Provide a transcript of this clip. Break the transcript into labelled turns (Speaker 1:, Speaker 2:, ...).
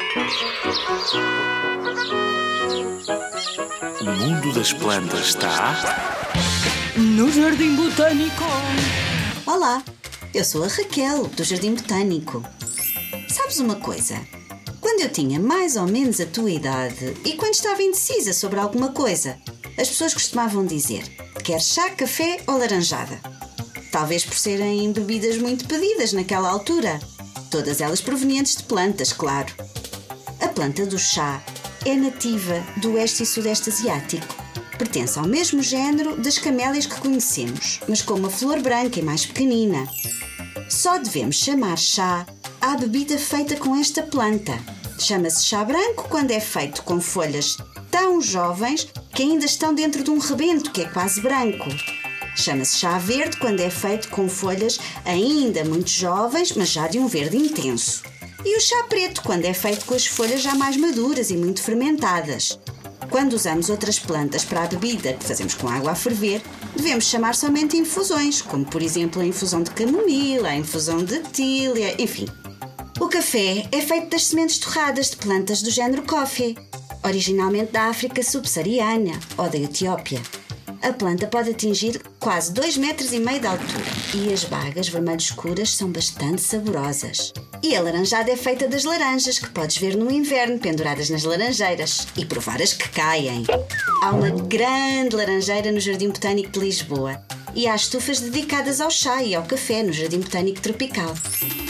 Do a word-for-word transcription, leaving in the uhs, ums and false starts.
Speaker 1: O mundo das plantas está
Speaker 2: no Jardim Botânico.
Speaker 3: Olá, eu sou a Raquel, do Jardim Botânico. Sabes uma coisa? Quando eu tinha mais ou menos a tua idade e quando estava indecisa sobre alguma coisa, as pessoas costumavam dizer: quer chá, café ou laranjada? Talvez por serem bebidas muito pedidas naquela altura. Todas elas provenientes de plantas, claro. A planta do chá é nativa do oeste e sudeste asiático. Pertence ao mesmo género das camélias que conhecemos, mas com uma flor branca e mais pequenina. Só devemos chamar chá à bebida feita com esta planta. Chama-se chá branco quando é feito com folhas tão jovens que ainda estão dentro de um rebento, que é quase branco. Chama-se chá verde quando é feito com folhas ainda muito jovens, mas já de um verde intenso. E o chá preto quando é feito com as folhas já mais maduras e muito fermentadas. Quando usamos outras plantas para a bebida que fazemos com água a ferver, devemos chamar somente infusões, como por exemplo a infusão de camomila, a infusão de tília, enfim. O café é feito das sementes torradas de plantas do género coffee, originalmente da África subsaariana ou da Etiópia. A planta pode atingir quase dois metros e meio de altura e as bagas vermelho escuras são bastante saborosas. E a laranjada é feita das laranjas que podes ver no inverno penduradas nas laranjeiras e provar as que caem. Há uma grande laranjeira no Jardim Botânico de Lisboa e há estufas dedicadas ao chá e ao café no Jardim Botânico Tropical.